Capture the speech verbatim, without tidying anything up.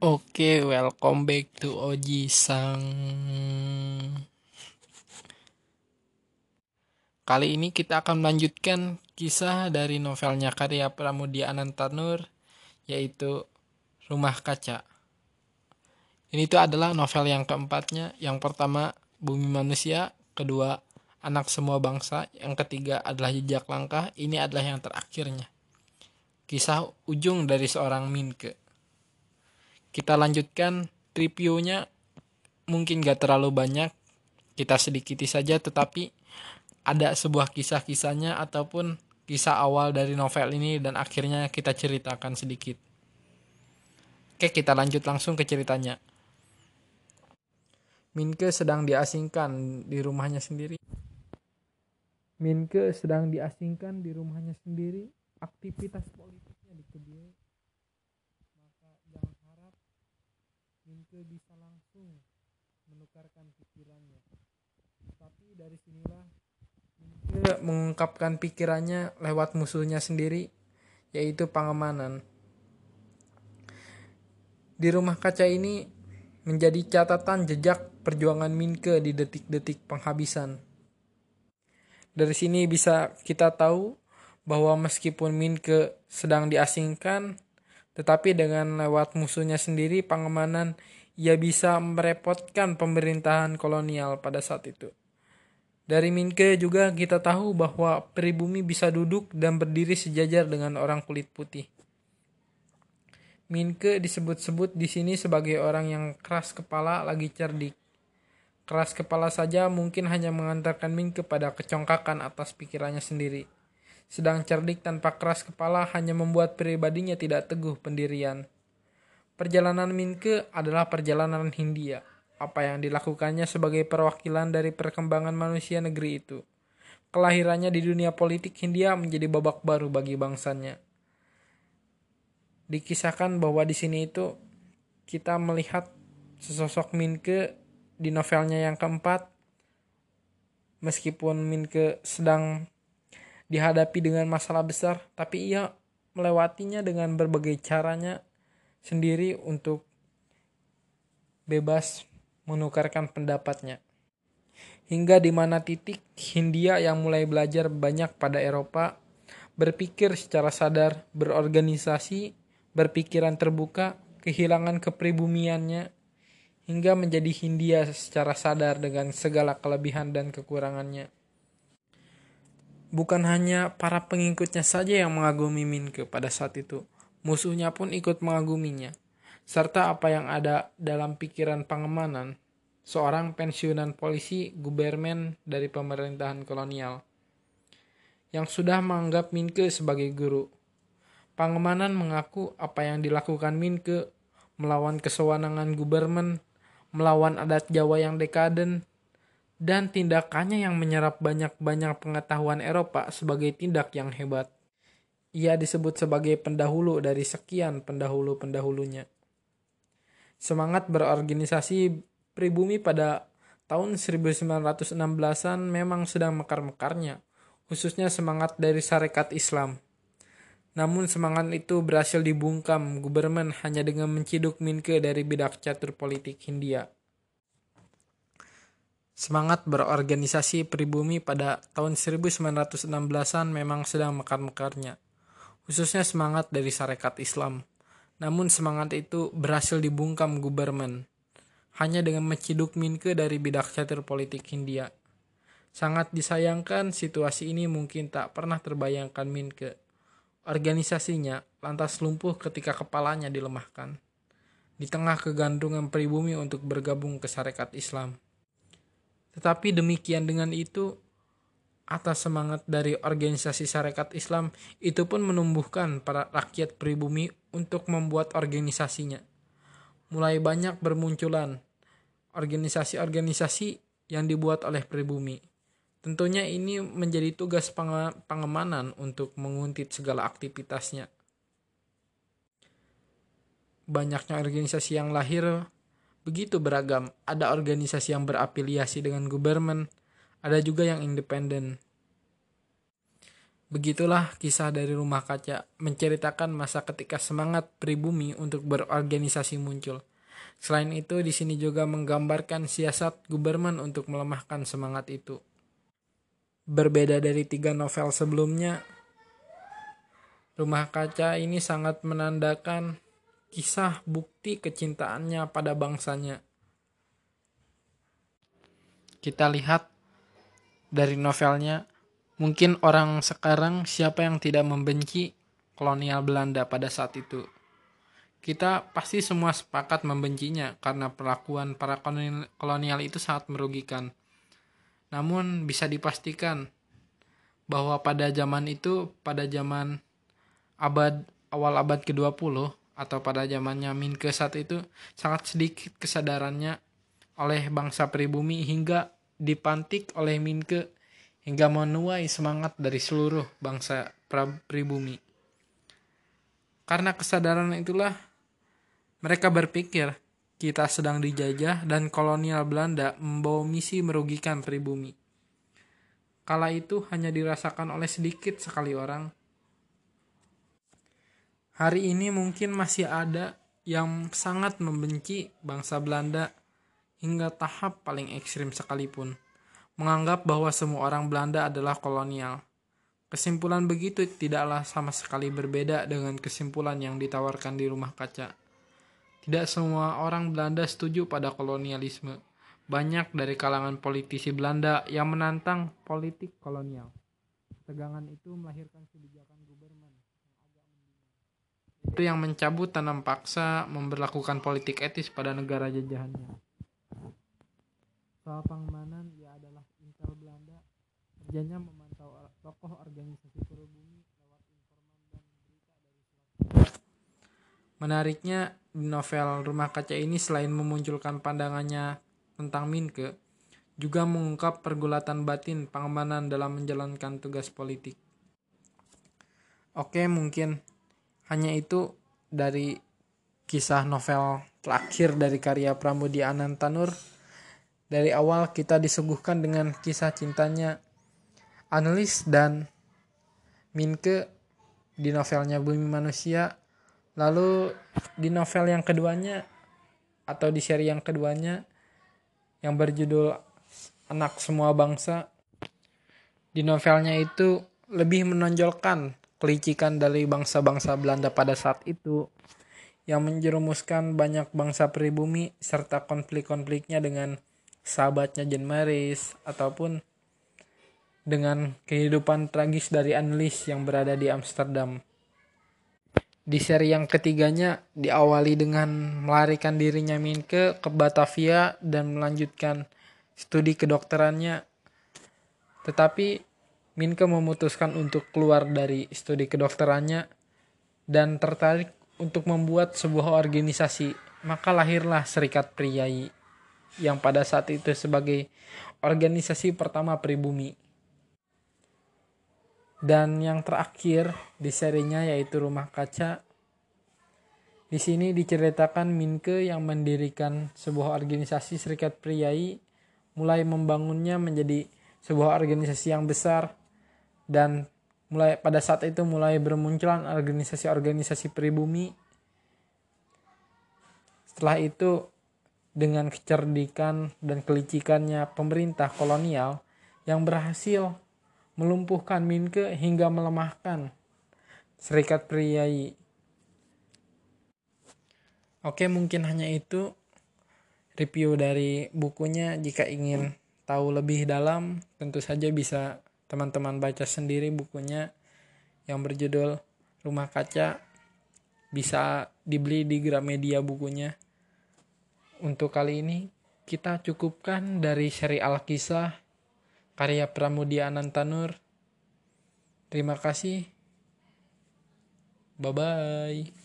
Oke, welcome back to Oji Sang. Kali ini kita akan melanjutkan kisah dari novelnya karya Pramudia Anantanur, yaitu Rumah Kaca. Ini tuh adalah novel yang keempatnya. Yang pertama, Bumi Manusia. Kedua, Anak Semua Bangsa. Yang ketiga adalah Jejak Langkah. Ini adalah yang terakhirnya. Kisah ujung dari seorang Minke. Kita lanjutkan reviewnya, mungkin gak terlalu banyak, kita sedikiti saja, tetapi ada sebuah kisah-kisahnya ataupun kisah awal dari novel ini dan akhirnya kita ceritakan sedikit. Oke, kita lanjut langsung ke ceritanya. Minke sedang diasingkan di rumahnya sendiri. Minke sedang diasingkan di rumahnya sendiri. Aktivitas politiknya dikebiayai. Maka jangan harap Minke bisa langsung menukarkan pikirannya. Tapi dari sinilah Minke mengungkapkan pikirannya lewat musuhnya sendiri, yaitu Pangemanan. Di Rumah Kaca ini menjadi catatan jejak perjuangan Minke di detik-detik penghabisan. Dari sini bisa kita tahu bahwa meskipun Minke sedang diasingkan, tetapi dengan lewat musuhnya sendiri, Pangemanan, ia bisa merepotkan pemerintahan kolonial pada saat itu. Dari Minke juga kita tahu bahwa pribumi bisa duduk dan berdiri sejajar dengan orang kulit putih. Minke disebut-sebut di sini sebagai orang yang keras kepala lagi cerdik. Keras kepala saja mungkin hanya mengantarkan Minke pada kecongkakan atas pikirannya sendiri. Sedang cerdik tanpa keras kepala hanya membuat pribadinya tidak teguh pendirian. Perjalanan Minke adalah perjalanan Hindia. Apa yang dilakukannya sebagai perwakilan dari perkembangan manusia negeri itu. Kelahirannya di dunia politik Hindia menjadi babak baru bagi bangsanya. Dikisahkan bahwa di sini itu kita melihat sesosok Minke di novelnya yang keempat. Meskipun Minke sedang dihadapi dengan masalah besar, tapi ia melewatinya dengan berbagai caranya sendiri untuk bebas menukarkan pendapatnya. Hingga di mana titik Hindia yang mulai belajar banyak pada Eropa, berpikir secara sadar, berorganisasi, berpikiran terbuka, kehilangan kepribumiannya, hingga menjadi Hindia secara sadar dengan segala kelebihan dan kekurangannya. Bukan hanya para pengikutnya saja yang mengagumi Minke pada saat itu, musuhnya pun ikut mengaguminya. Serta apa yang ada dalam pikiran Pangemanan, seorang pensiunan polisi gubermen dari pemerintahan kolonial, yang sudah menganggap Minke sebagai guru. Pangemanan mengaku apa yang dilakukan Minke, melawan kesewenangan gubermen, melawan adat Jawa yang dekaden, dan tindakannya yang menyerap banyak-banyak pengetahuan Eropa sebagai tindak yang hebat. Ia disebut sebagai pendahulu dari sekian pendahulu-pendahulunya. Semangat berorganisasi pribumi pada tahun seribu sembilan ratus enam belasan memang sedang mekar-mekarnya, khususnya semangat dari Sarekat Islam. Namun semangat itu berhasil dibungkam gubermen hanya dengan menciduk Minke dari bidak catur politik Hindia. Semangat berorganisasi pribumi pada tahun seribu sembilan ratus enam belasan memang sedang mekar-mekarnya, khususnya semangat dari Sarekat Islam. Namun semangat itu berhasil dibungkam gubermen hanya dengan menciduk Minke dari bidak catur politik Hindia. Sangat disayangkan situasi ini mungkin tak pernah terbayangkan Minke. Organisasinya lantas lumpuh ketika kepalanya dilemahkan, di tengah kegandrungan pribumi untuk bergabung ke Sarekat Islam. Tetapi demikian dengan itu, atas semangat dari organisasi Sarekat Islam, itu pun menumbuhkan para rakyat pribumi untuk membuat organisasinya. Mulai banyak bermunculan organisasi-organisasi yang dibuat oleh pribumi. Tentunya ini menjadi tugas Pangemanan untuk menguntit segala aktivitasnya. Banyaknya organisasi yang lahir begitu beragam. Ada organisasi yang berafiliasi dengan gubermen, ada juga yang independen. Begitulah kisah dari Rumah Kaca, menceritakan masa ketika semangat pribumi untuk berorganisasi muncul. Selain itu, di sini juga menggambarkan siasat Guberman untuk melemahkan semangat itu. Berbeda dari tiga novel sebelumnya, Rumah Kaca ini sangat menandakan kisah bukti kecintaannya pada bangsanya. Kita lihat dari novelnya, mungkin orang sekarang siapa yang tidak membenci kolonial Belanda pada saat itu. Kita pasti semua sepakat membencinya karena perlakuan para kolonial itu sangat merugikan. Namun bisa dipastikan bahwa pada zaman itu, pada zaman abad awal abad ke dua puluh atau pada zamannya Minke saat itu, sangat sedikit kesadarannya oleh bangsa pribumi hingga dipantik oleh Minke hingga menuai semangat dari seluruh bangsa pribumi. Karena kesadaran itulah mereka berpikir kita sedang dijajah dan kolonial Belanda membawa misi merugikan pribumi. Kala itu hanya dirasakan oleh sedikit sekali orang. Hari ini mungkin masih ada yang sangat membenci bangsa Belanda hingga tahap paling ekstrim sekalipun, menganggap bahwa semua orang Belanda adalah kolonial. Kesimpulan begitu tidaklah sama sekali berbeda dengan kesimpulan yang ditawarkan di Rumah Kaca. Tidak semua orang Belanda setuju pada kolonialisme. Banyak dari kalangan politisi Belanda yang menantang politik kolonial. Tegangan itu melahirkan kebijakan Guberman itu yang mencabut tanam paksa, memberlakukan politik etis pada negara jajahannya. Soal pengamanan, ia adalah intel Belanda. Kerjanya memantau tokoh organisasi pribumi lewat informan dan berita dari selat. Menariknya, di novel Rumah Kaca ini selain memunculkan pandangannya tentang Minke, juga mengungkap pergulatan batin pengamanan dalam menjalankan tugas politik. Oke, mungkin hanya itu dari kisah novel terakhir dari karya Pramoedya Anantanur. Dari awal kita disuguhkan dengan kisah cintanya Annelies dan Minke di novelnya Bumi Manusia. Lalu di novel yang keduanya atau di seri yang keduanya yang berjudul Anak Semua Bangsa, di novelnya itu lebih menonjolkan kelicikan dari bangsa-bangsa Belanda pada saat itu yang menjerumuskan banyak bangsa pribumi serta konflik-konfliknya dengan sahabatnya Jean Maris ataupun dengan kehidupan tragis dari Annelies yang berada di Amsterdam. Di seri yang ketiganya diawali dengan melarikan dirinya Minke ke Batavia dan melanjutkan studi kedokterannya. Tetapi Minke memutuskan untuk keluar dari studi kedokterannya dan tertarik untuk membuat sebuah organisasi. Maka lahirlah Serikat Priai yang pada saat itu sebagai organisasi pertama pribumi. Dan yang terakhir di serinya yaitu Rumah Kaca. Di sini diceritakan Minke yang mendirikan sebuah organisasi Serikat Priai, mulai membangunnya menjadi sebuah organisasi yang besar, dan mulai pada saat itu mulai bermunculan organisasi-organisasi pribumi. Setelah itu dengan kecerdikan dan kelicikannya pemerintah kolonial yang berhasil melumpuhkan Minke hingga melemahkan Serikat Priai. Oke, mungkin hanya itu review dari bukunya. Jika ingin tahu lebih dalam, tentu saja bisa teman-teman baca sendiri bukunya yang berjudul Rumah Kaca. Bisa dibeli di Gramedia bukunya. Untuk kali ini kita cukupkan dari seri Alkisah karya Pramoedya Anantanur. Terima kasih. Bye-bye.